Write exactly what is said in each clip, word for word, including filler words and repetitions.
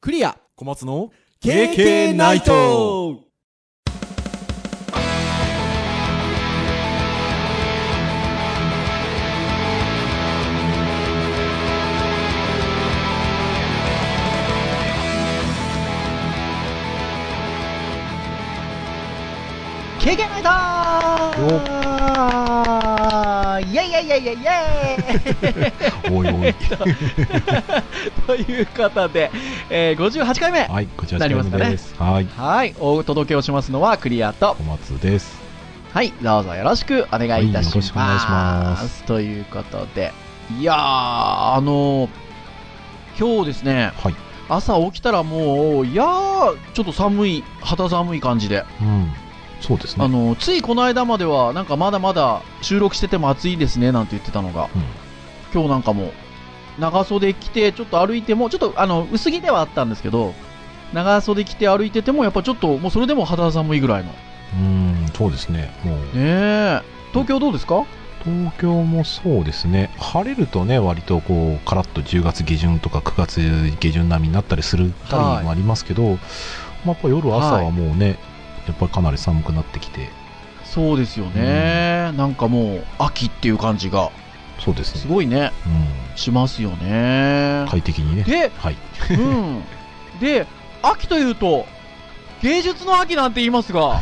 クリア小松のケーケー ナイト。 ケーケー ナイトーイェイイェイイェイイェイイェイおいおいということで、えー、ごじゅうはちかいめはい、こちらはちかいめです。はい、 はい、お届けをしますのはクリアと小松です。 はい、どうぞよろしくお願いいたします。 はい、よろしくお願いします。 ということで、いやー、あのー、今日ですね、 はい、 朝起きたらもう、いやー、ちょっと寒い、肌寒い感じで。 うん、そうですね。 あのついこの間まではなんかまだまだ収録してても暑いですねなんて言ってたのが、うん、今日なんかもう長袖着てちょっと歩いてもちょっとあの薄着ではあったんですけど、長袖着て歩いててもやっぱちょっともうそれでも肌寒いぐらいの。 うーん、そうですね。もうねえ、東京どうですか？ 東京もそうですね。晴れるとね、割とこうカラッとじゅうがつげじゅんとかくがつげじゅん並みになったりするたりもありますけど、はい、まあ、やっぱ夜朝はもうね、はい、やっぱりかなり寒くなってきて。 そうですよね、うん、なんかもう秋っていう感じがそうですね、 すごいね、うん、しますよね。 快適にね。 で、 はい、 うん、で秋というと芸術の秋なんて言いますがはい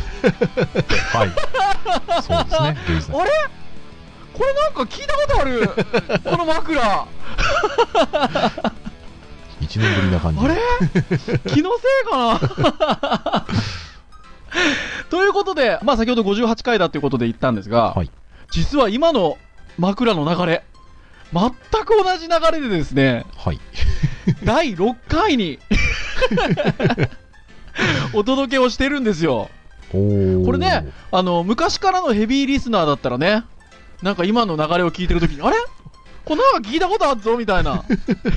そうですね、芸術の秋。 あれこれなんか聞いたことあるこの枕いちねんぶりな感じ。 あれ気のせいかなということで、まあ、先ほどごじゅうはちかいだということで言ったんですが、はい、実は今の枕の流れ全く同じ流れでですね、はい、だいろっかいにお届けをしてるんですよ。これね、あの昔からのヘビーリスナーだったらね、なんか今の流れを聞いてるときにあれこれなんか聞いたことあるぞみたいな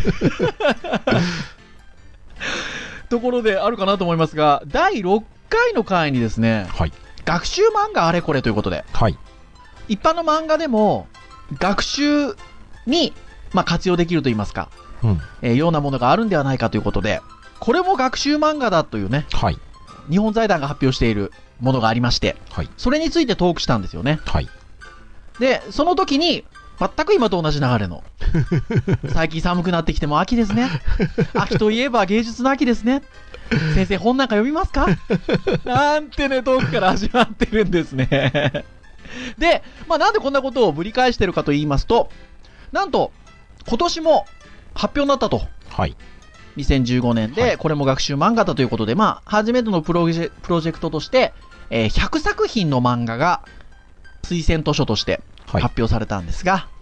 ところであるかなと思いますが、だいろっかいの回にですね、はい、学習漫画あれこれということで、はい、一般の漫画でも学習に、まあ、活用できるといいますか、うんえー、ようなものがあるんではないかということで、これも学習漫画だというね、はい、日本財団が発表しているものがありまして、はい、それについてトークしたんですよね。はい、でその時に全く今と同じ流れの最近寒くなってきても秋ですね、秋といえば芸術の秋ですね、先生本なんか読みますかなんてねトークから始まってるんですねで、まあ、なんでこんなことをぶり返してるかと言いますと、なんと今年も発表になったと、はい、にせんじゅうごねんでこれも学習漫画だということで、まあ、初めてのプロジェ、プロジェクトとして、えー、ひゃくさくひんの漫画が推薦図書として発表されたんですが、はい、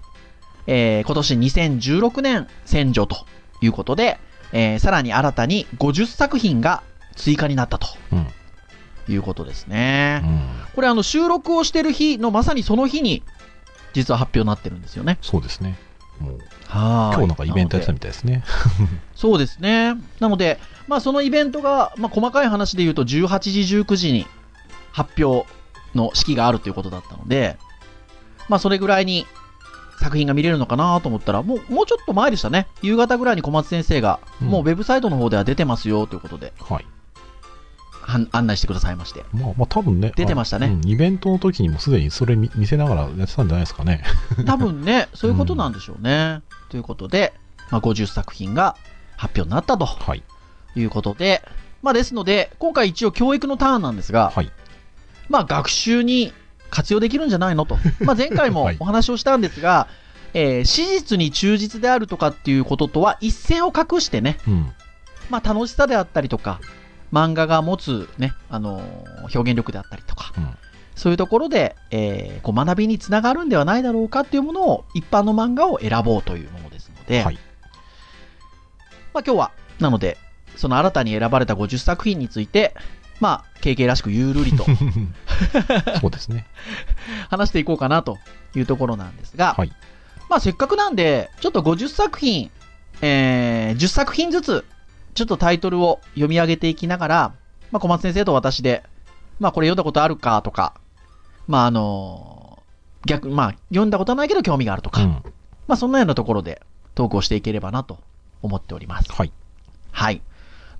えー、今年にせんじゅうろくねん選除ということで、えー、さらに新たにごじゅっさくひんが追加になったと、うん、いうことですね、うん、これあの収録をしている日のまさにその日に実は発表になってるんですよね。 そうですね、もう今日なんかイベントやってたみたいですねそうですね。なので、まあ、そのイベントが、まあ、細かい話で言うとじゅうはちじじゅうくじに発表の式があるということだったので、まあ、それぐらいに作品が見れるのかなと思ったら、もう、もうちょっと前でしたね。夕方ぐらいに小松先生が、うん、もうウェブサイトの方では出てますよということで、はい、案内してくださいまして。 まあ、まあ多分ね、 出てましたね、 うん。イベントの時にもすでにそれ見せながらやってたんじゃないですかね。 多分ね、そういうことなんでしょうね。うん、ということで、まあ、ごじゅっさくひんが発表になったと、はい、いうことで、まあ、ですので、今回一応教育のターンなんですが、はい、まあ、学習に活用できるんじゃないのと、まあ、前回もお話をしたんですが、はい、えー、史実に忠実であるとかっていうこととは一線を画してね、うん、まあ、楽しさであったりとか、漫画が持つ、ね、あのー、表現力であったりとか、うん、そういうところで、えー、こう学びにつながるんではないだろうかっていうものを、一般の漫画を選ぼうというものですので、はい、まあ、今日はなのでその新たに選ばれたごじゅっさくひんについて、まあ、ケーケー らしくゆるりとそうですね、 話していこうかなというところなんですが、はい、まあ、せっかくなんでちょっとごじゅっさくひん、えー、じゅっさくひんずつちょっとタイトルを読み上げていきながら、まあ、小松先生と私で、まあ、これ読んだことあるかとか、まああのー、逆、まあ、読んだことはないけど興味があるとか、うん、まあ、そんなようなところでトークをしていければなと思っております。はい。はい。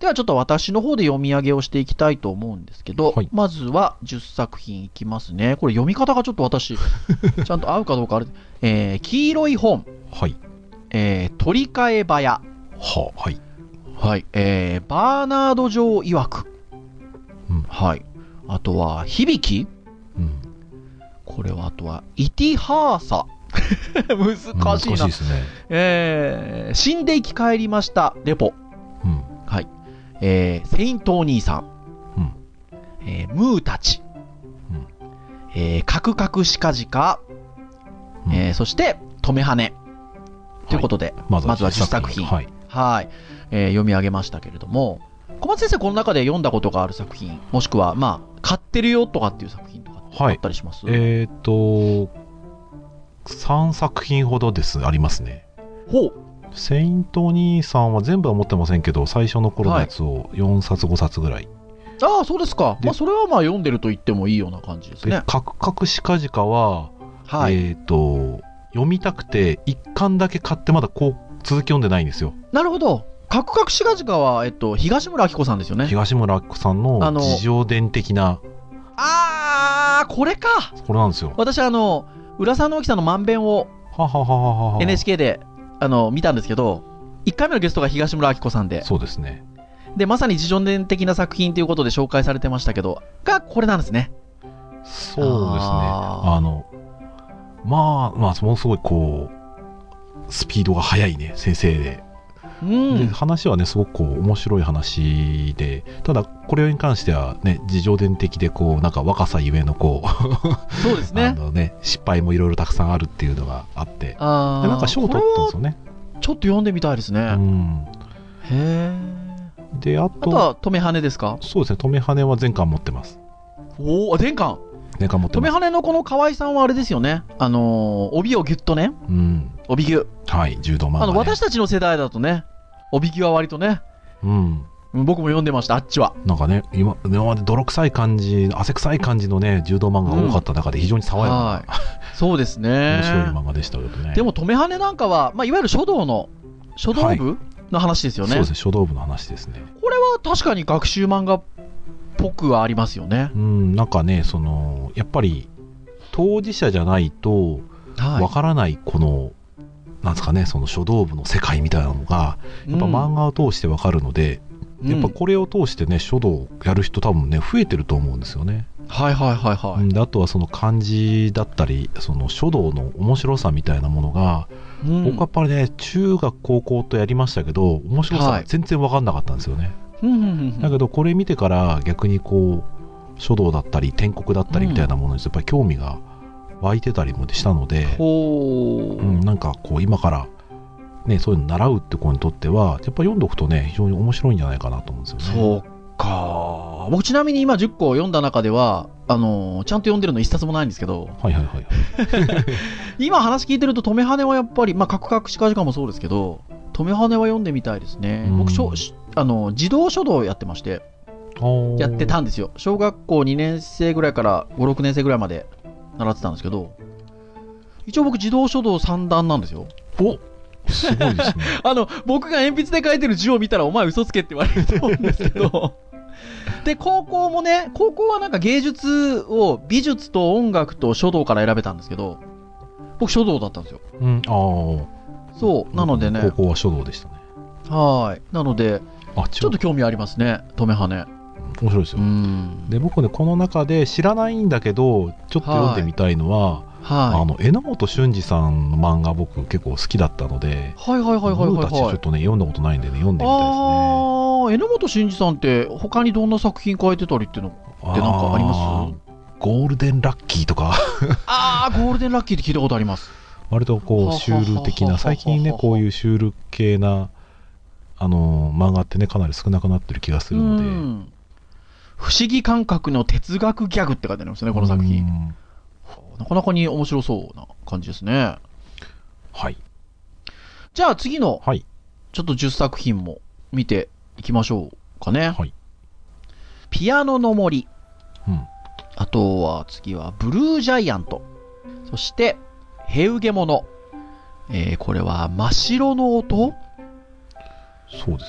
ではちょっと私の方で読み上げをしていきたいと思うんですけど、 はい、 まずはじゅっさく品いきますね。これ読み方がちょっと私、ちゃんと合うかどうかあれ、えー、黄色い本。 はい。 えー、取り替え早。 ははい。 はい。えー、バーナード・ジョー曰く。 うん。 はい。あとは、響き。 うん。 これは、あとは、イティハーサ。難しいな。難しいですね。 えー、死んで生き返りました。レポ。 うん。 はい。えー、セイントお兄さん。 うん。 えー、ムーたち。 うん。 えー、カクカクシカジカ。うん、えー、そして、トメハネ。ということで、はい、まずはじゅっさく品。はい。はい、えー。読み上げましたけれども、小松先生、この中で読んだことがある作品、もしくは、まあ、買ってるよとかっていう作品とかあったりします？ はい、えっ、ー、と、さんさく品ほどです、ありますね。 ほう。 セイント兄さんは全部は持ってませんけど、最初の頃のやつをよんさつごさつぐらい。 ああ、そうですか。まあ、それはまあ読んでると言ってもいいような感じですね。 で、カクカクシカジカは、 はい、 えっ、ー、と、読みたくていっかんだけ買ってまだこう続き読んでないんですよ。 なるほど。カクカクシカジカは、えっと、東村明子さんですよね。 東村明子さんの自叙伝的な。 あー、これか。 これなんですよ。 私、あの、浦沢直樹さんのまんべんを エヌエイチケー であの見たんですけど、いっかいめのゲストが東村明子さんで。 そうですね。 で、まさに自叙伝的な作品ということで紹介されてましたけど、が、これなんですね。 そうですね。あの、まあ、まあ、ものすごいこう、スピードが速いね、先生で。 うん、 で話はね、すごくこう、面白い話で、ただ、これに関してはね、自叙伝的で、こう、なんか若さゆえの、こう、 そうですね。 あのね、失敗もいろいろたくさんあるっていうのがあって、 あでなんか賞を取ったんですよね。 ちょっと読んでみたいですね。 うん、 へー。で、あと、 あとは、トメハネですか？ そうですね、トメハネは全巻持ってます。 おお、全巻全巻持ってます。 トメハネのこの河合さんはあれですよね。あのー、帯をギュッとね。 うん。 帯ギュ。 はい、柔道漫画、ね。 あの、私たちの世代だとね、帯ギュは割とね。 うん。 僕も読んでました、あっちは。 なんかね、今、今まで泥臭い感じ、汗臭い感じのね、柔道漫画が多かった中で非常に爽やかな、うん、 はい、そうですね。 面白い漫画でしたけどね。 でも、トメハネなんかは、まあ、いわゆる書道の、書道部、はい、の話ですよね。 そうですね、書道部の話ですね。 これは確かに学習漫画っぽくはありますよね。 うん、なんかね、その、やっぱり、当事者じゃないと、わからない、この、はい、なんですかね、その書道部の世界みたいなのが、やっぱ漫画を通してわかるので、うん、やっぱこれを通してね、書道をやる人多分ね、増えてると思うんですよね。 はいはいはいはい。 で、あとはその漢字だったり、その書道の面白さみたいなものが、うん、僕はやっぱりね、中学高校とやりましたけど、面白さが全然わかんなかったんですよね。はい、だけどこれ見てから逆にこう、書道だったり、篆刻だったりみたいなものにやっぱり興味が湧いてたりもしたので、 うんうん、なんかこう今からね、そういうの習うって子にとってはやっぱり読んどくとね、非常に面白いんじゃないかなと思うんですよね。 そうか。僕ちなみに今じゅっこ読んだ中ではあのー、ちゃんと読んでるの一冊もないんですけど、 はいはいはい、 今話聞いてるとトメハネはやっぱり、まあ、カクカクシカジカもそうですけど、トメハネは読んでみたいですね。僕しょあの児童書道をやってまして、やってたんですよ。小学校にねん生ぐらいからご、ろくねん生ぐらいまで習ってたんですけど、一応僕児童書道さん段なんですよ。 お、すごいですね。 あの僕が鉛筆で書いてる字を見たらお前嘘つけって言われると思うんですけどで高校もね、高校はなんか芸術を美術と音楽と書道から選べたんですけど、僕書道だったんですよ。 うん、ああ、 そうなのでね、 高校は書道でしたね。 はい、なのであちょっと興味ありますね、トメハネ。 面白いですよ。で、僕ね、この中で知らないんだけどちょっと読んでみたいのは、はい、あの榎本俊二さんの漫画僕結構好きだったので、 はいはいはいはいはい、 僕たちちょっとね読んだことないんでね、読んでみたいですね。 ああ、榎本俊二さんって他にどんな作品書いてたりっていうのってなんかあります？ ゴールデンラッキーとかああ、ゴールデンラッキーって聞いたことあります。 割とこうシュール的な、最近ねこういうシュール系なあの漫画ってねかなり少なくなってる気がするので、 不思議感覚の哲学ギャグって書いてありますね、この作品。なかなかに面白そうな感じですね。 はい。 じゃあ次の、 はい、 ちょっとじゅっさく品も見ていきましょうかね。 はい、 ピアノの森、 うん、 あとは次はブルージャイアント、そしてヘウゲモノ、えー、これは真っ白の音。 そうですね。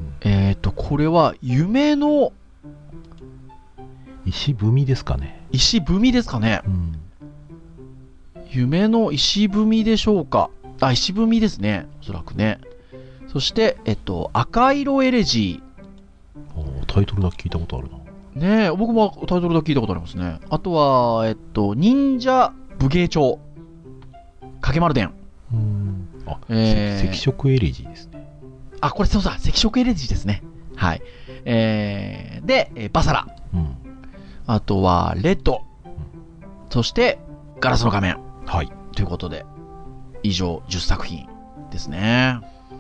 えっと、これは夢の石踏みですかね。 石踏みですかね。うん、夢の石踏みでしょうか。あ、石踏みですね。おそらくね。そして、えっと、赤色エレジー。タイトルだけ聞いたことあるな。 ねえ、僕もタイトルだけ聞いたことありますね。あとは、えっと、忍者武芸帳。影丸伝。 うん。あ、えー、赤色エレジーですね。 あ、これそうだ、赤色エレジーですね。はい。えー、で、えー、バサラ。うん。あとは、レッド。うん、そして、ガラスの仮面。 はい。 ということで、以上じゅっさく品ですね。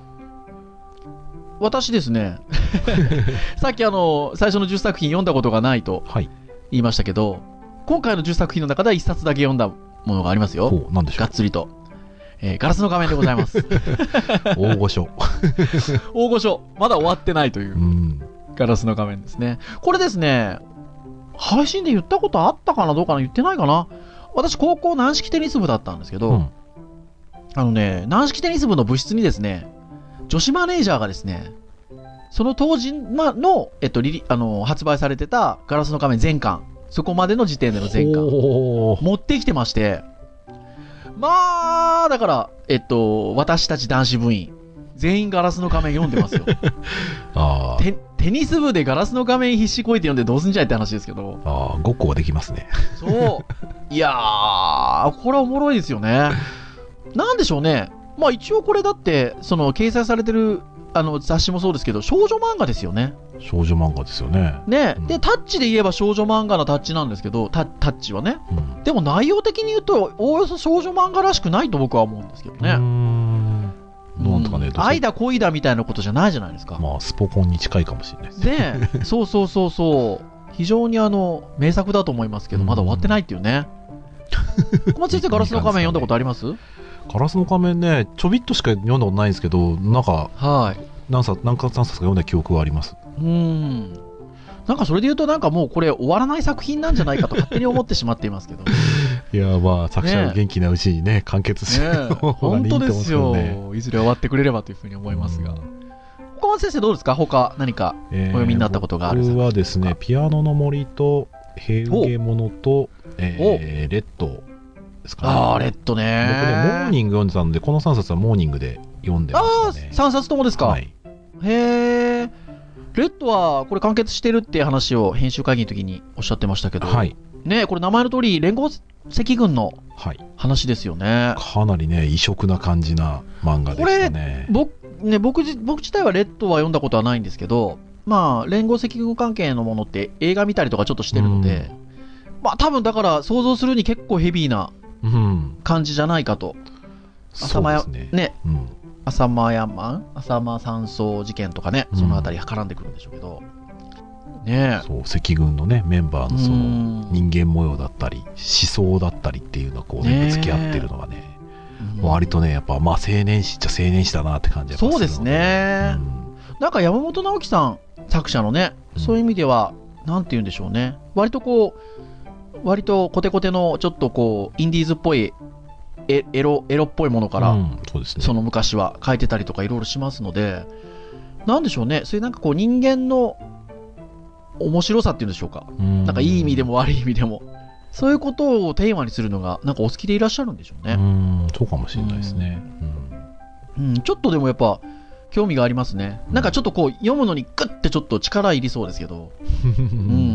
私ですね、さっきあの、最初のじゅっさく品読んだことがないと言いましたけど、はい、今回のじゅっさく品の中ではいっさつだけ読んだものがありますよ。 ほう、なんでしょう。 がっつりと。えー、ガラスの仮面でございます。 大御所。 大御所。まだ終わってないという、うん、ガラスの仮面ですね。これですね、配信で言ったことあったかなどうかな言ってないかな。私、高校軟式テニス部だったんですけど、うん、あのね、軟式テニス部の部室にですね、女子マネージャーがですね、その当時の、えっと、リリあの発売されてたガラスの仮面全巻、そこまでの時点での全巻、持ってきてまして、まあ、だから、えっと、私たち男子部員、全員ガラスの仮面読んでますよ。あテテニス部でガラスの仮面必死こいて読んでどうすんじゃいって話ですけど。 ああ、ごっこができますね。 そう。いやー、これはおもろいですよね。なんでしょうね。まあ一応これだって、その掲載されてるあの雑誌もそうですけど、少女漫画ですよね。 少女漫画ですよね。 ね、うん、で、タッチで言えば少女漫画のタッチなんですけど、タ, タッチはね、うん。でも内容的に言うと、おおよそ少女漫画らしくないと僕は思うんですけどね。うーん。 なんとかね、うん、 愛だ恋だみたいなことじゃないじゃないですか。 まあ、スポコンに近いかもしれないですね。ねそうそうそうそう。非常にあの、名作だと思いますけど、まだ終わってないっていうね。小松先生、ガラスの仮面読んだことあります？ ガラスの仮面ね、ちょびっとしか読んだことないんですけど、なんか、はい、何冊何冊か読んだ記憶があります。 うーん。なんかそれで言うと、なんかもうこれ終わらない作品なんじゃないかと勝手に思ってしまっていますけど。 いや、まあ、作者が元気なうちにね、完結してる方がいいと思うんですよね。 本当ですよ。いずれ終わってくれればというふうに思いますが。小松先生どうですか？他何かお読みになったことがある？ えー、僕はですね、ピアノの森と、平家物と、えー、レッド。ですかね、 あー、レッドね。 僕ね、モーニング読んでたんで、このさんさつはモーニングで読んでましたね。 ああ、さんさつともですか。はい、へえ。レッドはこれ完結してるっていう話を編集会議の時におっしゃってましたけど、はい、ね、これ名前の通り連合赤軍の話ですよね。はい、 かなりね異色な感じな漫画でしたね。 これ僕ね、僕自僕自体はレッドは読んだことはないんですけど、まあ連合赤軍関係のものって映画見たりとかちょっとしてるので、まあ多分だから想像するに結構ヘビーな感じじゃないかと。うん、浅間やね、ね、うん、浅間山浅間山荘事件とかね、そのあたり絡んでくるんでしょうけど、うん、ね、 そう赤軍のねメンバーのその人間模様だったり思想だったりっていうのがこうねぶつけ合ってるのがね、うん、割とねやっぱまあ青年誌っちゃ青年誌だなって感じがするので。 そうですね、うん、なんか山本直樹さん作者のね、そういう意味では、うん、なんて言うんでしょうね、割とこう割とコテコテのちょっとこうインディーズっぽいエ, エ, ロエロっぽいものから、うん、そうですね、その昔は書いてたりとかいろいろしますので、なんでしょうね、そういうなんかこう人間の面白さっていうんでしょうか、うんなんかいい意味でも悪い意味でもそういうことをテーマにするのがなんかお好きでいらっしゃるんでしょうね。 うんそうかもしれないですね。 うん、うん、ちょっとでもやっぱ興味がありますね。なんかちょっとこう読むのにグッてちょっと力いりそうですけど、うん、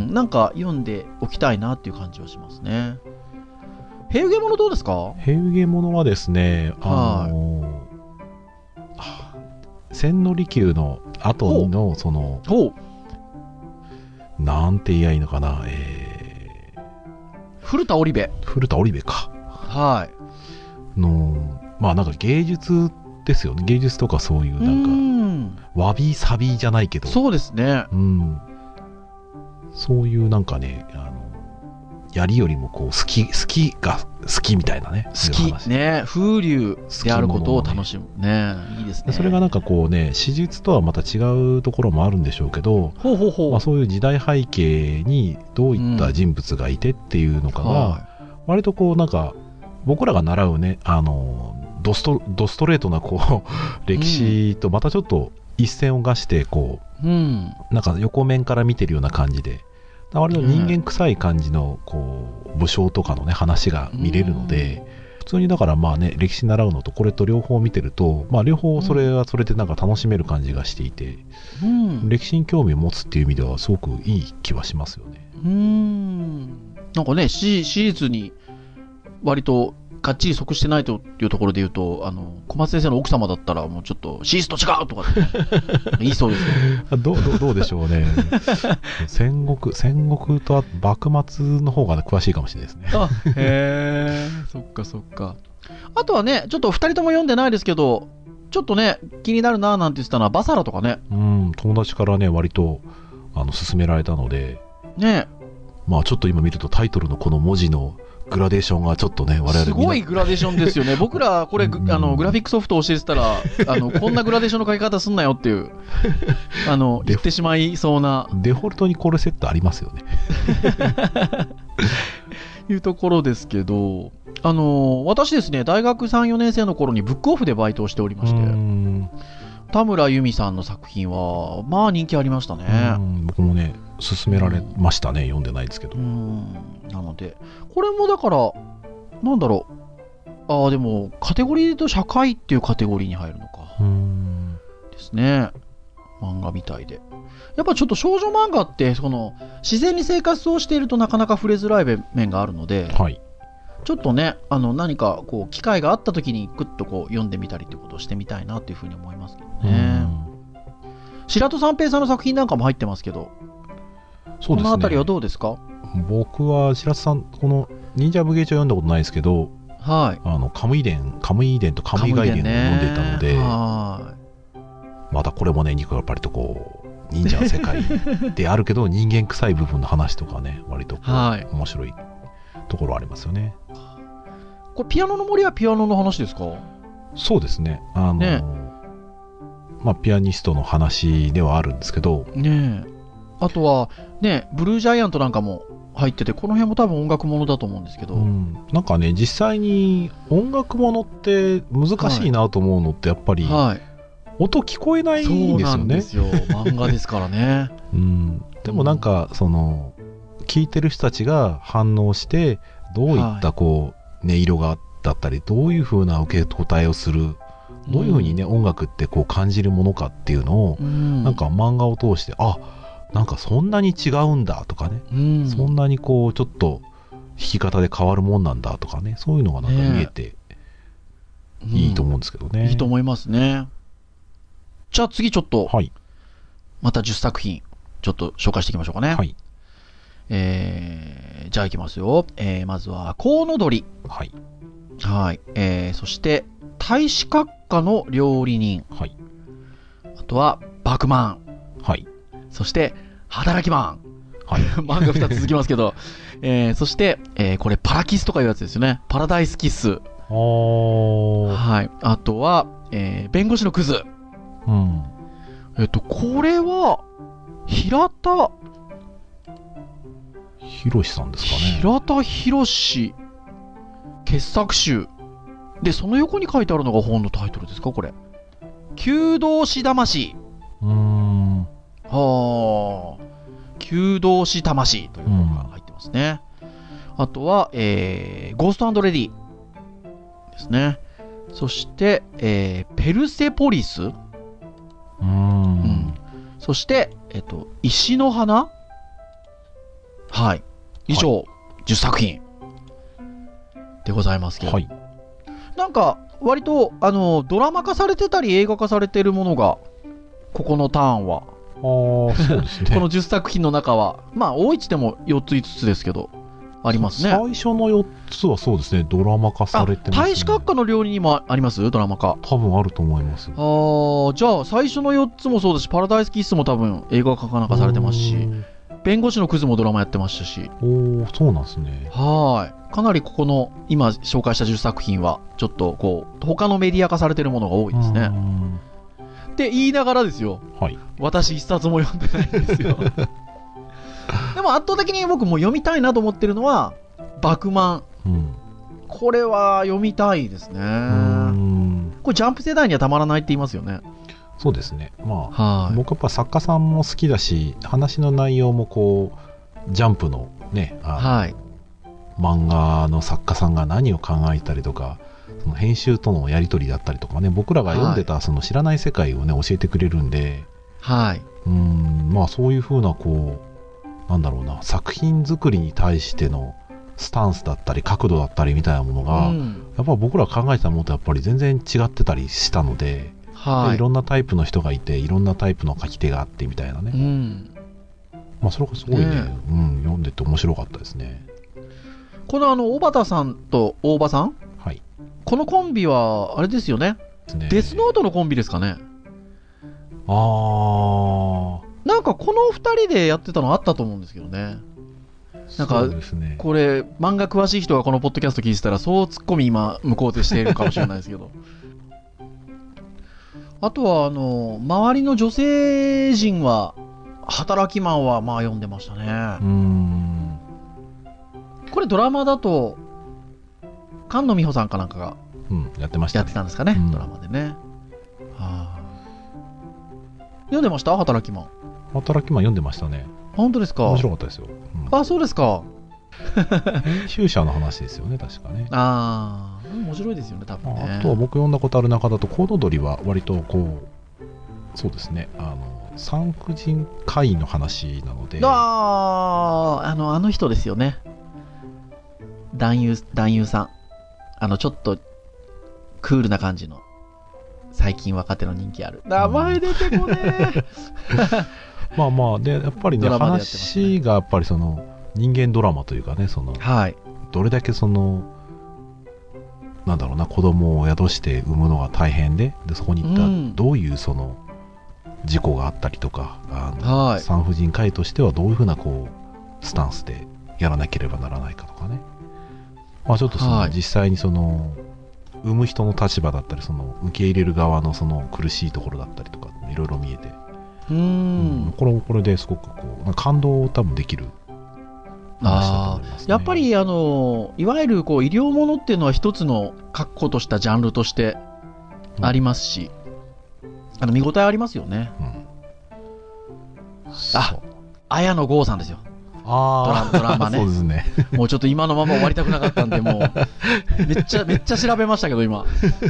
なんか読んでおきたいなっていう感じはしますね。平家物どうですか？ 平家物はですね、あのー、千利休の後のそのなんて言いやいいのかな、えー、 古田織部古田織部か、 はいのまあなんか芸術ですよね。芸術とかそういうなんかわびさびじゃないけど、 そうですね、 うん、そういうなんかね、あのやりよりもこう好き好きが好きみたいなね、 好きね、風流であることを楽しむね、いいですね。 それがなんかこうね、史実とはまた違うところもあるんでしょうけど、 ほうほうほう、 まあ、そういう時代背景にどういった人物がいてっていうのかが、うん、割とこうなんか僕らが習うね、あのドスト、ドストレートなこう歴史とまたちょっと一線を画してこう、うん、なんか横面から見てるような感じで割と人間臭い感じのこう武将とかのね話が見れるので、うん、普通にだからまあね歴史習うのとこれと両方見てると、まあ、両方それはそれでなんか楽しめる感じがしていて、うん、歴史に興味を持つっていう意味ではすごくいい気はしますよね。 うーんなんかね史実に割とかっちり即してないというところで言うと、あの小松先生の奥様だったらもうちょっと史実と違うとか、ね、言いそうですね。 どうどうどうでしょうね。戦国戦国と幕末の方が詳しいかもしれないですね。 あへえそっかそっか。あとはねちょっとふたりとも読んでないですけどちょっとね気になるなーなんて言ってたのはバサラとかね。 うん友達からね割とあの勧められたのでねまあちょっと今見るとタイトルのこの文字のグラデーションがちょっとね我々 すごいグラデーションですよね。僕らこれ、うん、あのグラフィックソフトを教えてたらあのこんなグラデーションの書き方すんなよっていうあの言ってしまいそうなデフォルトにこれセットありますよね。 いうところですけどあの私ですね大学 さん,よ 年生の頃にブックオフでバイトをしておりまして田村由美さんの作品はまあ人気ありましたね。 うん僕もね勧められましたね、うん、読んでないですけど。 うんなのでこれもだからなんだろうああでもカテゴリーで言うと社会っていうカテゴリーに入るのかうんですね漫画みたいでやっぱちょっと少女漫画ってその自然に生活をしているとなかなか触れづらい面があるので、はい、ちょっとねあの何かこう機会があった時にグッとこう読んでみたりっていうことをしてみたいなっていうふうに思いますけどね。白戸三平さんの作品なんかも入ってますけどそうですね、このあたりはどうですか？ 僕は白戸さんこの忍者武芸帳読んだことないですけど、はい、あのカムイ伝カムイ伝とカムイ外伝を読んでいたので、はいまたこれもねやっぱりとこう忍者の世界であるけど人間臭い部分の話とかね割とこう、はい、面白いところありますよね。 これピアノの森はピアノの話ですか？ そうですねあのねまあ、ピアニストの話ではあるんですけどねえあとはねブルージャイアントなんかも入っててこの辺も多分音楽ものだと思うんですけど、うん、 なんかね実際に音楽ものって難しいなと思うのってやっぱり、はい、音聞こえないんですよね。そうなんですよ漫画ですからね、 うん、でもなんかその聴いてる人たちが反応してどういったこう音色がだったりどういう風な受け答えをするどういう風にね、うん、音楽ってこう感じるものかっていうのを、うん、なんか漫画を通してあなんかそんなに違うんだとかね、うん、そんなにこうちょっと弾き方で変わるもんなんだとかねそういうのがなんか見えていいと思うんですけどね、 うん、いいと思いますね。じゃあ次ちょっと、はい、またじゅっさく品ちょっと紹介していきましょうかね。はい、えー、じゃあいきますよ、えー、まずはコウノドリはいはい、えー、そして大使閣下の料理人、はい、あとはバクマン、はい、そして働きマン、はい、マンがふたつ続きますけど、えー、そして、えー、これパラキスとかいうやつですよね。パラダイスキス、はい、あとは、えー、弁護士のクズ、うん、えっとこれは平田博さんですかね。 平田博傑作集でその横に書いてあるのが本のタイトルですかこれ。弓道士魂。うーんはあ弓道士魂というのが入ってますね、うん、あとは、えー、ゴースト&レディですね。そして、えー、ペルセポリス、うーん、うん、そして、えっと、石の花、はい、以上、はい、じゅっさく品でございますけど、はい、なんか割とあのドラマ化されてたり映画化されているものがここのターンはあそうです、ね、このじゅっさく品の中はまあ多いっちでもよっついつつですけどありますね。 最初のよっつはそうですねドラマ化されてますね。 大使閣下の料理にもありますドラマ化。 多分あると思います。 あじゃあ最初のよっつもそうだしパラダイスキッスも多分映画化かなんかされてますし弁護士のクズもドラマやってましたし。 おそうなんですね。 はいかなりここの今紹介したじゅっさく品はちょっとこう他のメディア化されてるものが多いですね。って言いながらですよ、はい、私一冊も読んでないんですよでも圧倒的に僕も読みたいなと思ってるのはバクマン、うん、これは読みたいですね。うんこれジャンプ世代にはたまらないって言いますよね。 そうですね。まあ、僕やっぱ作家さんも好きだし、話の内容もこう、ジャンプのね、あの、はい、漫画の作家さんが何を考えたりとか、その編集とのやり取りだったりとかね、僕らが読んでたその知らない世界をね、教えてくれるんで、 はい。 うん、まあそういうふうなこう、なんだろうな、作品作りに対してのスタンスだったり角度だったりみたいなものが、うん、やっぱ僕ら考えてたものとやっぱり全然違ってたりしたので、はい、でいろんなタイプの人がいていろんなタイプの書き手があってみたいなね、うん、まあそれがすごいね、ね、うん、読んでて面白かったですね。 このあの小畑さんと大場さん、 はい、 このコンビはあれですよね、ね、デスノートのコンビですかね。 あー、 なんかこのふたりでやってたのあったと思うんですけどね。なんか、ね、これ漫画詳しい人がこのポッドキャスト聞いてたらそうツッコミ今向こうとしているかもしれないですけどあとはあの周りの女性陣は働きマンはまあ読んでましたね。うーん、これドラマだと菅野美穂さんかなんかが、 うん、やってましたね。 やってたんですかね、うん、ドラマでね。はあ、読んでました？働きマン。 働きマン読んでましたね。 本当ですか？ 面白かったですよ。 うん、あ、そうですか。 編集者の話ですよね、確かね。 ああ、面白いですよね、多分ね。 あとは僕読んだことある中だと、コウノドリは割とこう、そうですね、あの産婦人科医の話なので。 ああ、あのあの人ですよね。男優男優さん、あのちょっとクールな感じの、最近若手の人気ある。名前出てこねえ。 まあまあでやっぱりね、話がやっぱりその人間ドラマというかね、その、はい、どれだけそのなんだろうな、子供を宿して産むのが大変で、でそこに行ったらどういうその事故があったりとか、あの、はい、産婦人科医としてはどういうふうなこうスタンスでやらなければならないかとかね、まあちょっとその、はい、実際にその産む人の立場だったり、その受け入れる側のその苦しいところだったりとかいろいろ見えて、うーん、うん、これもこれですごくこう感動を多分できる話だと思いますね。 やっぱりあのいわゆるこう医療ものっていうのは一つの確固としたジャンルとしてありますし、うん、あの見応えありますよね。うん、あ、綾野剛さんですよ。 あドラ、ドラマね。 そうですね。 もうちょっと今のまま終わりたくなかったんで、もうめっちゃめっちゃ調べましたけど今。はい。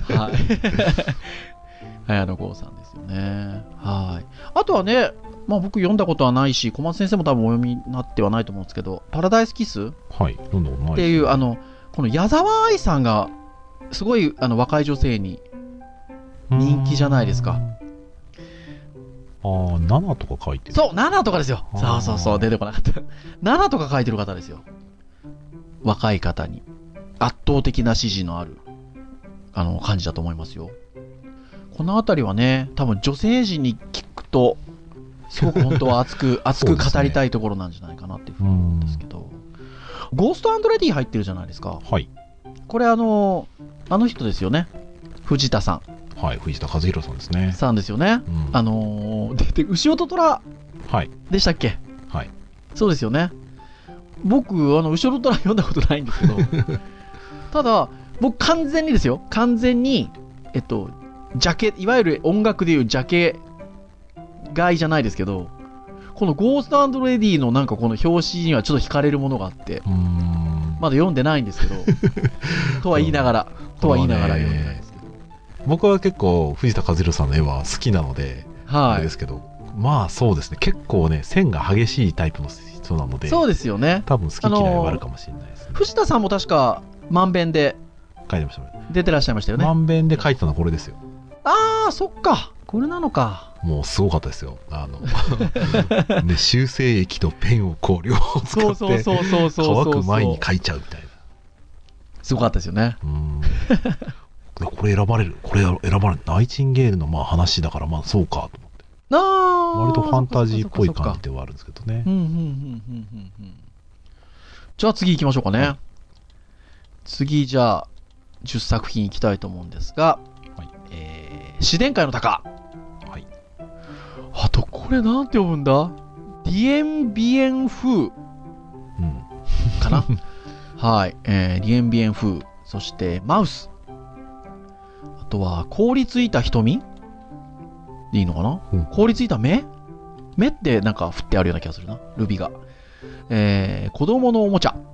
綾野剛さんですよね。はい。あとはね、まあ僕読んだことはないし、小松先生も多分お読みになってはないと思うんですけど、パラダイスキス、 はい、読んだことないっていう、あのこの矢沢愛さんがすごいあの若い女性に人気じゃないですか。 ああ、ななとか書いてる。 そう、ななとかですよ。そうそうそう、出てこなかった。ななとか書いてる方ですよ。若い方に圧倒的な支持のあるあの感じだと思いますよ。このあたりはね、多分女性陣に聞くとすごく本当は熱く熱く語りたいところなんじゃないかなっていうふうに思うんですけど、ゴースト&レディ入ってるじゃないですか。 はい。これあのあの人ですよね。藤田さん。 はい、藤田和弘さんですね。 さんですよね。うん、あのー、でで牛音虎でしたっけ？ はい。 そうですよね。僕あの牛音虎読んだことないんですけど、ただ僕完全にですよ。完全にえっとジャケ、いわゆる音楽でいうジャケ買いじゃないですけど、このゴースト&レディのなんかこの表紙にはちょっと惹かれるものがあって、うーん、まだ読んでないんですけど、とは言いながら、とは言いながら読んでないですけど、 僕は結構藤田和弘さんの絵は好きなので、はい、あれですけど、まあそうですね、結構ね線が激しいタイプの人なので、 そうですよね。 多分好き嫌いはあるかもしれないですね。 藤田さんも確か満遍で書いてましたね。 出てらっしゃいましたよね。 満遍で書いてたのはこれですよ。 ああ、そっか、これなのか。 もうすごかったですよ。あの、ね、修正液とペンをこう両方使って乾く前に書いちゃうみたいな。 すごかったですよね。 うん。これ選ばれる、これ選ばれる、ナイチンゲールのまあ話だからまあそうかと思って。 あ、 割とファンタジーっぽい感じではあるんですけどね。うんうんうんうんうんうん。じゃあ次行きましょうかね。はい、次じゃあじゅっさく品行きたいと思うんですが、はい、えー、自然界の鷹。はい。あとこれなんて読むんだ？ディエンビエン風、うん、かな。はい、えー、ディエンビエン風、そしてマウス、あとは凍りついた瞳、 でいいのかな、うん、凍りついた目目ってなんか振ってあるような気がするな、ルビが。えー、子供のおもちゃ。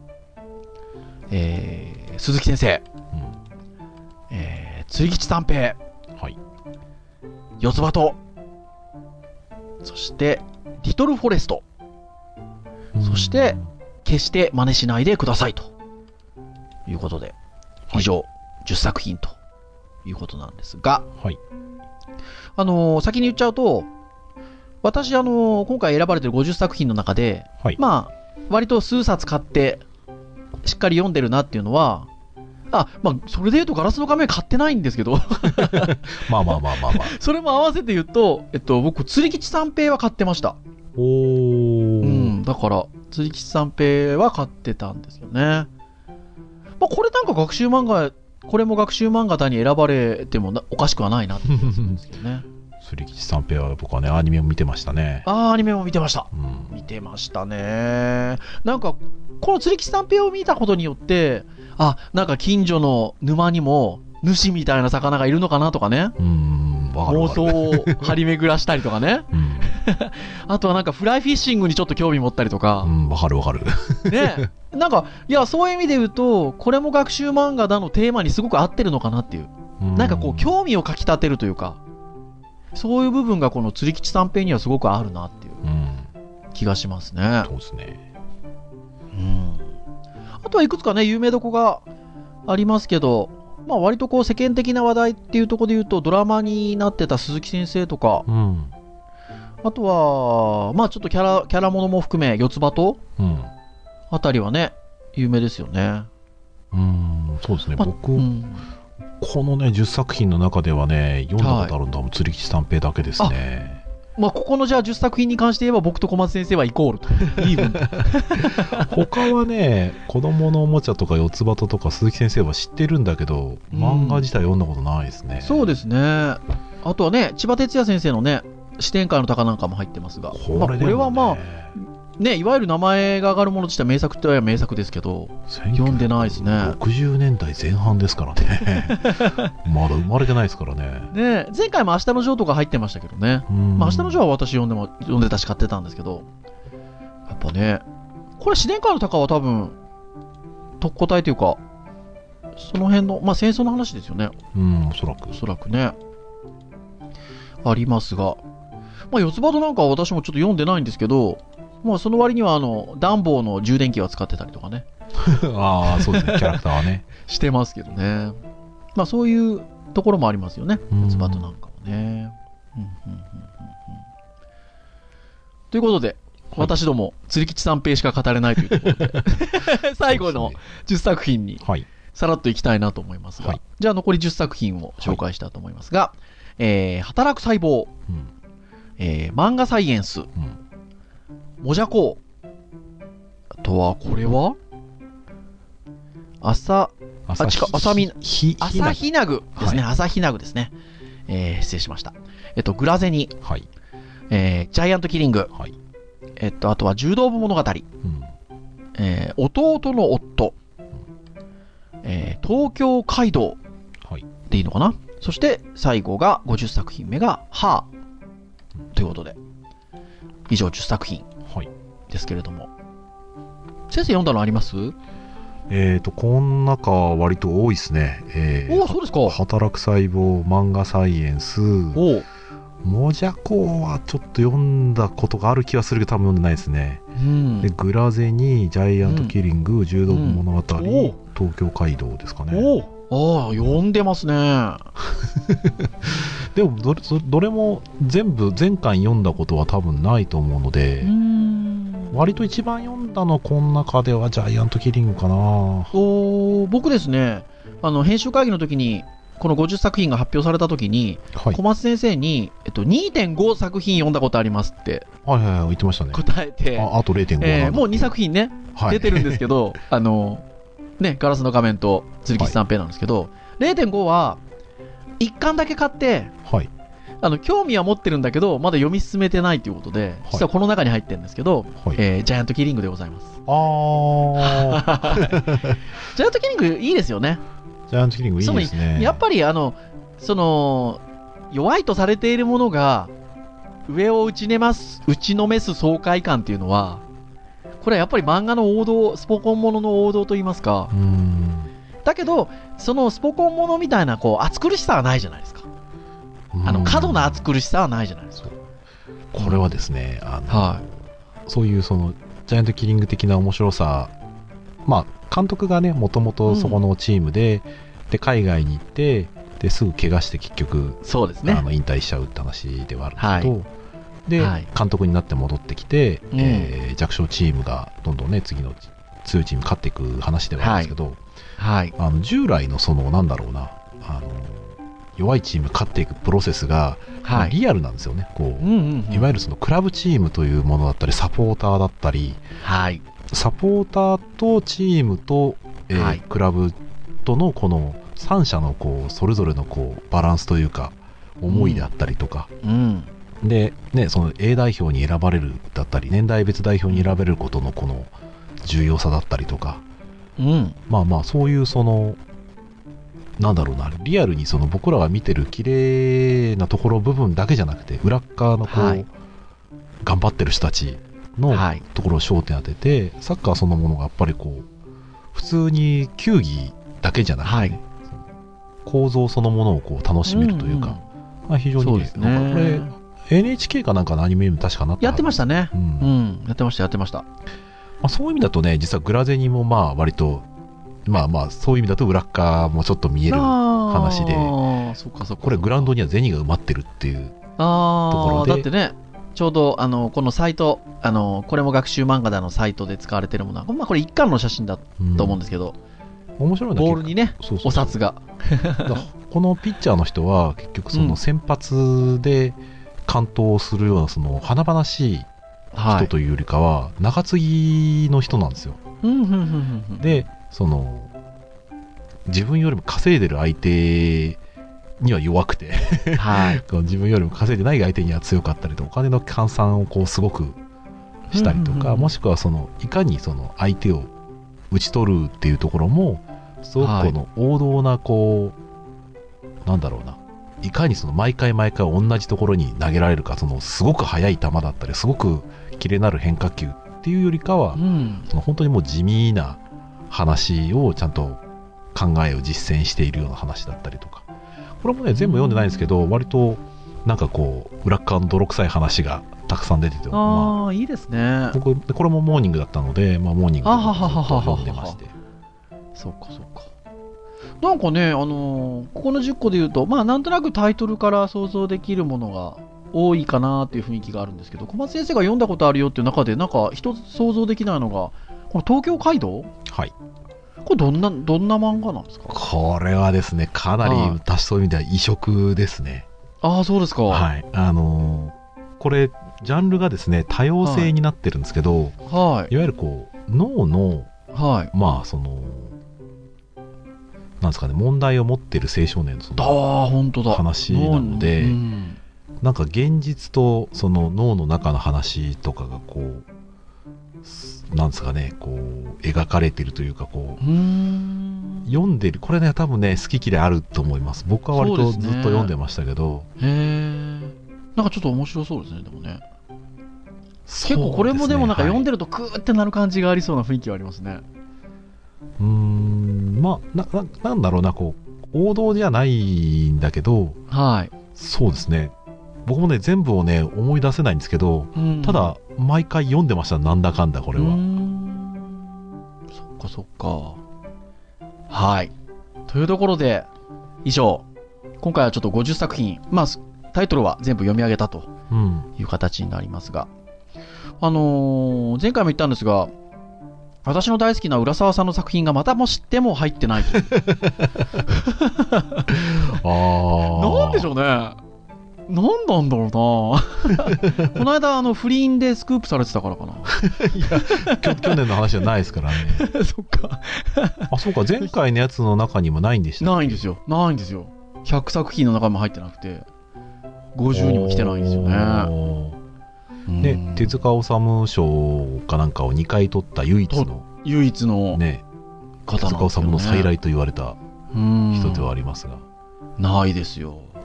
えー、鈴木先生。うん、えー、釣り吉三平。はい。四つ葉と。そして、リトルフォレスト。そして、決して真似しないでくださいということで、以上、はい、じゅっさく品ということなんですが、はい、あのー、先に言っちゃうと、私、あのー、今回選ばれているごじゅっさく品の中で、はい、まあ、割と数冊買って、しっかり読んでるなっていうのは、あ、まあ、それで言うとガラスの仮面買ってないんですけど、 まあまあまあまあまあ。 それも合わせて言うと、えっと、僕、釣り吉三平は買ってました。 おー。 うん、だから、釣り吉三平は買ってたんですよね。まあ、これなんか学習漫画、これも学習漫画に選ばれてもおかしくはないなって思うんですけどね。 釣り吉三平は僕はね、アニメも見てましたね。 ああ、アニメも見てました。うん、見てましたね。なんか、この釣り吉三平を見たことによって、あ、なんか近所の沼にも主みたいな魚がいるのかなとかね。うん、わかるわかる。妄想を張り巡らしたりとかね。うん、あとはなんかフライフィッシングにちょっと興味持ったりとか。 うん、わかるわかる。 ね。なんか、いや、そういう意味で言うと、これも学習漫画だのテーマにすごく合ってるのかなっていう。うん、なんかこう、興味をかき立てるというか、そういう部分がこの釣り吉三平にはすごくあるなっていう気がしますね。 うん、そうですね。 うん。あとはいくつかね、有名どこがありますけど、まあ割とこう世間的な話題っていうところで言うと、ドラマになってた鈴木先生とか、うん、あとは、まあちょっとキャラ、キャラものも含め、四つ葉と、うん、あたりはね、有名ですよね。 うん、そうですね。ま、僕、うん、このね、じゅっさく品の中ではね、読んだことあるんだもん、はい、釣り吉三平だけですね。 まあ、ここのじゃあじゅっさく品に関して言えば僕と小松先生はイコールとイーブン他はね、子供のおもちゃとか四つ葉ととか鈴木先生は知ってるんだけど、うん、漫画自体読んだことないですね。 そうですね。あとはね、千葉哲也先生のね、視点会の鷹なんかも入ってますが、これ、ねまあ、これはまあね、いわゆる名前が上がるもの自体名作とは名作ですけど、読んでないですね。 ろくじゅうねんだいぜん半ですからね。まだ生まれてないですからね。 ね、前回も明日のジョーとか入ってましたけどね。まあ、明日のジョーは私読んでも読んでたし買ってたんですけど、やっぱね、これ、視点会の鷹は多分、特攻隊というか、その辺の、まあ戦争の話ですよね。 うん、おそらく。 おそらくね。ありますが、まあ、四つ葉となんかは私もちょっと読んでないんですけど、まあその割にはあの暖房の充電器は使ってたりとかね。 ああ、そうですね、キャラクターはね。 してますけどね。まあそういうところもありますよね、四つ葉となんかもね。うんうんうんうん、ということで、はい、私ども、釣り吉三平しか語れないというところで、最後のじゅっさく品にさらっといきたいなと思いますが、はい、じゃあ残りじゅっさく品を紹介したいと思いますが、はい、えー、働く細胞、うん、えー、漫画サイエンス、うん、もじゃこう。あとは、これは朝、あ、違う、朝み、朝ひなぐですね。朝ひなぐですね。えー、失礼しました。えっと、グラゼニ。はい。えー、ジャイアントキリング。はい。えっと、あとは、柔道部物語。うん。えー、弟の夫。うん、えー、東京街道。はい。でいいのかな。そして、最後が、ごじゅっさく品目が、はー。ということで、以上じゅっさく品。はい、ですけれども、先生読んだのあります？ えーとこの中は割と多いですね。えー、 お、そうですか。 働く細胞、漫画サイエンス、おもじゃこはちょっと読んだことがある気がするけど多分読んでないですね。うん、でグラゼニ、ジャイアントキリング、うん、柔道部物語、うん、東京街道ですかね。 おああ、読んでますね。 でもどれ、どれも全部前回読んだことは多分ないと思うので、うーん、割と一番読んだのこの中ではジャイアントキリングかな。 お僕ですね、あの編集会議の時にこのごじゅっさく品が発表された時に、はい、小松先生に、えっと、にてんご 作品読んだことありますってはいはいはい言ってましたね。 答えて、 あ, あと れいてんご、 えー、もうにさく品ね、はい、出てるんですけどあのね、ガラスの仮面と釣り吉三平なんですけど、はい、れいてんご はいっかんだけ買って、はい、あの興味は持ってるんだけどまだ読み進めてないということで、はい、実はこの中に入ってるんですけど、はい、えー、ジャイアントキリングでございます。あジャイアントキリングいいですよね。 ジャイアントキリングいいですね。 やっぱりあのその弱いとされているものが上を打ちねます打ちのめす爽快感っていうのは、これはやっぱり漫画の王道、スポコンものの王道といいますか。 うん、 だけどそのスポコンものみたいなこう暑苦しさはないじゃないですか。あの過度な暑苦しさはないじゃないですか。 これはですね、あの、 はい、 そういうそのジャイアントキリング的な面白さ、まあ監督がねもともとそこのチームで、うん、で海外に行ってですぐ怪我して結局そうですね、 あの引退しちゃうって話ではあるんですけど、 はい、 で、 はい、 監督になって戻ってきて、 うん、 えー、弱小チームがどんどんね次の強いチーム勝っていく話ではあるんですけど、 はい、 あの従来のそのなんだろうな、あの弱いチーム勝っていくプロセスが、はい、リアルなんですよね。こう、うんうんうん、いわゆるそのクラブチームというものだったりサポーターだったり、 はい、 サポーターとチームと、えーはい、クラブとのこのさん者のこうそれぞれのこうバランスというか思いであったりとか、 うんうん、で、ね、その A 代表に選ばれるだったり年代別代表に選べることのこの重要さだったりとか、 うん、 まあまあそういうそのなんだろうな、リアルにその僕らが見てる綺麗なところ部分だけじゃなくて裏側のこう、はい、頑張ってる人たちのところを焦点当てて、はい、サッカーそのものがやっぱりこう普通に球技だけじゃなくて、はい、構造そのものをこう楽しめるというか、うんうん、まあ、非常に、ね、なんかこれ エヌエイチケー かなんかのアニメも確かなったやってましたね、うんうん、やってましたやってました、まあ、そういう意味だとね実はグラゼニもまあ割とまあまあそういう意味だと裏っ側もちょっと見える話で、 そっかそっか、 これグラウンドには銭が埋まってるっていうところで、 だってねちょうどあのこのサイト、あのこれも学習漫画だのサイトで使われてるものは、まあ、これ一巻の写真だと思うんですけど、 うん、面白いんだボールにねそうそうそうお札がこのピッチャーの人は結局その先発で完投するようなその華々しい人というよりかは中継ぎの人なんですよ、 はい、 でその自分よりも稼いでる相手には弱くて、はい、自分よりも稼いでない相手には強かったりと、お金の換算をこうすごくしたりとか、うんうんうん、もしくはそのいかにその相手を打ち取るっていうところもすごくこの王道なこう、はい、なんだろうな、いかにその毎回毎回同じところに投げられるか、そのすごく速い球だったりすごくキレのある変化球っていうよりかは、うん、その本当にもう地味な話をちゃんと考えを実践しているような話だったりとか、これもね全部読んでないんですけど、割となんかこう裏側の泥臭い話がたくさん出てて、 あ、まあいいですね。 僕これもモーニングだったので、まあ、モーニングでずっと読んでまして、 そうかそうか。なんかね、あのー、ここのじゅっこで言うと、まあなんとなくタイトルから想像できるものが多いかなっていう雰囲気があるんですけど、小松先生が読んだことあるよっていう中でなんか一つ想像できないのがこの東京カイドウ、 はい、 これどんなどんな漫画なんですか？ これはですねかなり私そういう意味では異色ですね。 ああ、そうですか。 はい、あのー、これジャンルがですね多様性になってるんですけど、はい、いわゆるこう脳の、はい、まあそのなんですかね、問題を持っている青少年のその話なので、うん、なんか現実とその脳の中の話とかがこうなんですかね、こう描かれているというか、こう、うーん、読んでる、これね多分ね好き嫌いあると思います。僕は割とずっと読んでましたけど、 へえ、なんかちょっと面白そうですね。でもね、結構これもでもなんか読んでるとクーってなる感じがありそうな雰囲気はありますね。 うーん、まあ な, な, なんだろうな、こう王道じゃないんだけど、はい、そうですね、僕もね全部をね思い出せないんですけど、うん、ただ毎回読んでました、なんだかんだ。これはうーん、そっかそっか。はい、というところで以上、今回はちょっとごじゅっさく品、まあタイトルは全部読み上げたという形になりますが、うん、あのー、前回も言ったんですが、私の大好きな浦沢さんの作品がまたも知っても入ってないというあなんでしょうね、なんなんだろうなこの間あの不倫でスクープされてたからかな。いや去年の話じゃないですからね。 そっかあ、そうか、前回のやつの中にもないんでしたっけ？ ないんですよ、ないんですよ。ひゃくさく品の中にも入ってなくてごじゅうにも来てないんですよね。 で、手塚治虫賞かなんかをにかい取った唯一の唯一のね、手塚治虫の再来と言われた人ではありますが、 ないですよ。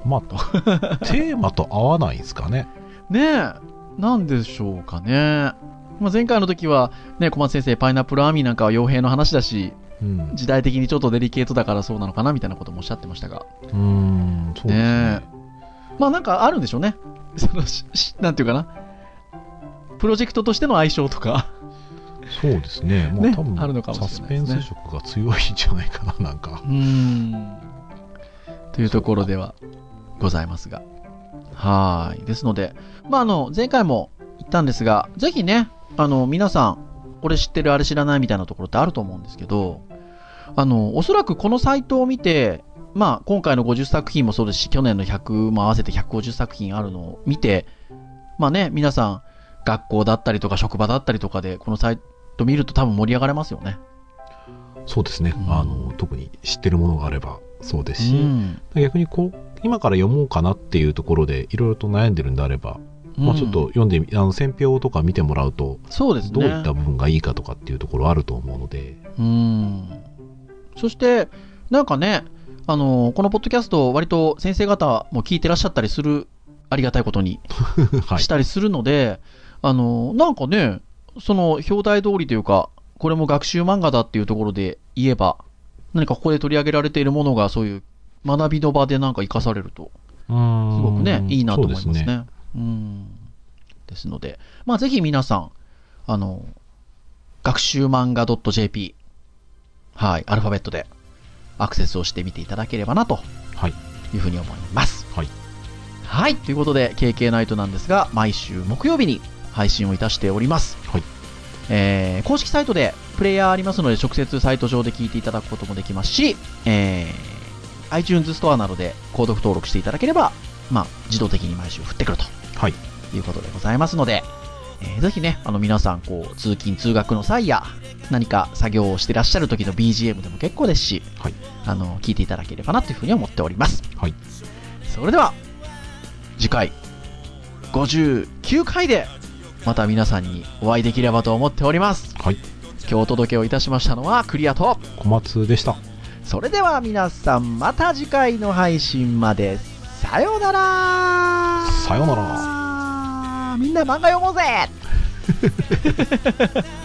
まあテーマと合わないんですかね。 ねえ、なんでしょうかね。まあ、前回の時はね、小松先生パイナップルアーミーなんかは傭兵の話だし、うん、時代的にちょっとデリケートだからそうなのかなみたいなこともおっしゃってましたが、 うーん、そうですね。 ね、まあなんかあるんでしょうね。そのなんていうかな、プロジェクトとしての相性とか。 そうですね。もう、ね、多分あるのかもサスペンス色が強いんじゃないかな、なんか。 うーん。というところではございますが、はい。ですので、まああの前回も言ったんですが、ぜひね、あの皆さんこれ知ってるあれ知らないみたいなところってあると思うんですけど、あのおそらくこのサイトを見て、まあ今回のごじゅっさく品もそうですし、去年のひゃくも合わせてひゃくごじゅっさく品あるのを見て、まあね、皆さん学校だったりとか職場だったりとかでこのサイト見ると多分盛り上がれますよね。 そうですね、うん、あの特に知ってるものがあればそうですし、うん、逆にこう今から読もうかなっていうところでいろいろと悩んでるんであれば、うん、まあ、ちょっと読んであの選評とか見てもらうと、 そうですね、 どういった部分がいいかとかっていうところあると思うので、 うん、そしてなんかね、あのこのポッドキャスト割と先生方も聞いてらっしゃったりする、ありがたいことにはい、したりするので、あのなんかね、その表題通りというか、これも学習漫画だっていうところで言えば、何かここで取り上げられているものがそういう学びの場でなんか生かされると、すごくね、いいなと思いますね。そうですね。うん。ですので、まあぜひ皆さん、あの、学習漫画 .jp、はい、アルファベットでアクセスをしてみていただければなというふうに思います。 はい。 はい、ということで、ケーケー ナイトなんですが、毎週木曜日に配信をいたしております。 はい。 えー、公式サイトでプレイヤーありますので、直接サイト上で聞いていただくこともできますし、えー、iTunes ストアなどで購読登録していただければ、まあ、自動的に毎週降ってくると、はい、いうことでございますので、えー、ぜひね、あの皆さんこう通勤通学の際や何か作業をしてらっしゃる時の ビージーエム でも結構ですし、はい、あの聞いていただければなというふうに思っております。 はい、 それでは次回ごじゅうきゅうかいでまた皆さんにお会いできればと思っております。 はい、 今日お届けをいたしましたのはクリアと小松でした。 それでは皆さんまた次回の配信まで、さようなら。 さようなら。 みんな漫画読もうぜ